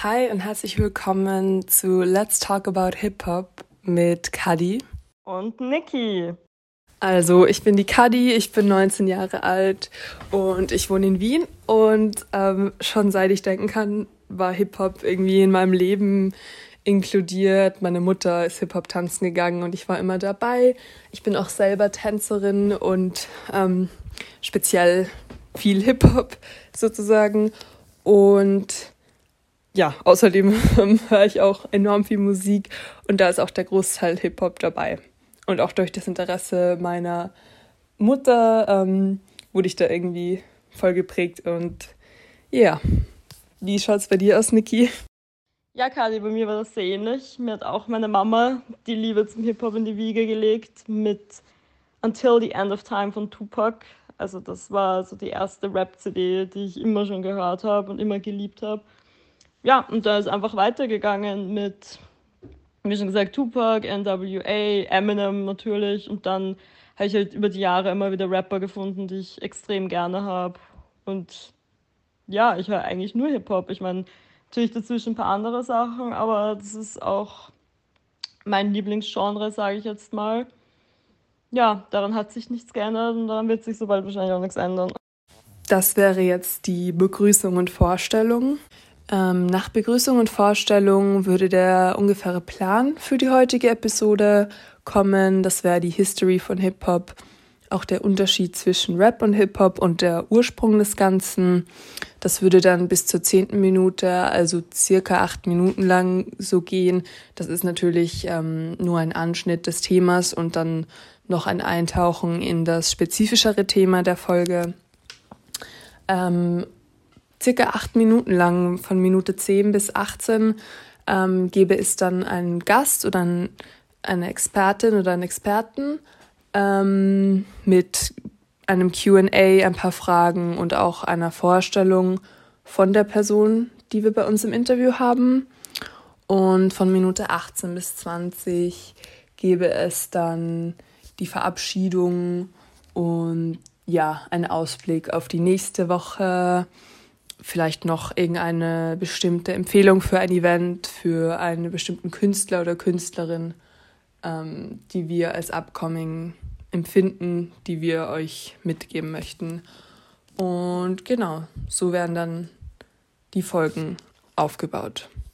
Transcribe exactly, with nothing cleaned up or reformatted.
Hi und herzlich willkommen zu Let's Talk About Hip-Hop mit Kadi. Und Niki. Also ich bin die Kadi, ich bin neunzehn Jahre alt und ich wohne in Wien. Und ähm, schon seit ich denken kann, war Hip-Hop irgendwie in meinem Leben inkludiert. Meine Mutter ist Hip-Hop tanzen gegangen und ich war immer dabei. Ich bin auch selber Tänzerin und ähm, speziell viel Hip-Hop sozusagen. Und ja, außerdem höre ich auch enorm viel Musik und da ist auch der Großteil Hip-Hop dabei. Und auch durch das Interesse meiner Mutter ähm, wurde ich da irgendwie voll geprägt. Und ja, yeah. Wie schaut's bei dir aus, Niki? Ja, Kali, bei mir war das sehr ähnlich. Mir hat auch meine Mama die Liebe zum Hip-Hop in die Wiege gelegt mit Until the End of Time von Tupac. Also das war so die erste Rap-C D, die ich immer schon gehört habe und immer geliebt habe. Ja, und da ist einfach weitergegangen mit, wie schon gesagt, Tupac, N W A, Eminem natürlich. Und dann habe ich halt über die Jahre immer wieder Rapper gefunden, die ich extrem gerne habe. Und ja, ich höre eigentlich nur Hip-Hop. Ich meine, natürlich dazwischen ein paar andere Sachen, aber das ist auch mein Lieblingsgenre, sage ich jetzt mal. Ja, daran hat sich nichts geändert und daran wird sich so bald wahrscheinlich auch nichts ändern. Das wäre jetzt die Begrüßung und Vorstellung. Ähm, nach Begrüßung und Vorstellung würde der ungefähre Plan für die heutige Episode kommen. Das wäre die History von Hip-Hop, auch der Unterschied zwischen Rap und Hip-Hop und der Ursprung des Ganzen. Das würde dann bis zur zehnten Minute, also circa acht Minuten lang so gehen. Das ist natürlich ähm, nur ein Anschnitt des Themas und dann noch ein Eintauchen in das spezifischere Thema der Folge. Ähm, circa acht Minuten lang, von Minute zehn bis achtzehn, ähm, gäbe es dann einen Gast oder ein, eine Expertin oder einen Experten ähm, mit einem Q and A, ein paar Fragen und auch einer Vorstellung von der Person, die wir bei uns im Interview haben. Und von Minute achtzehn bis zwanzig gäbe es dann die Verabschiedung und ja, einen Ausblick auf die nächste Woche, vielleicht noch irgendeine bestimmte Empfehlung für ein Event, für einen bestimmten Künstler oder Künstlerin, ähm, die wir als upcoming empfinden, die wir euch mitgeben möchten. Und genau, so werden dann die Folgen aufgebaut.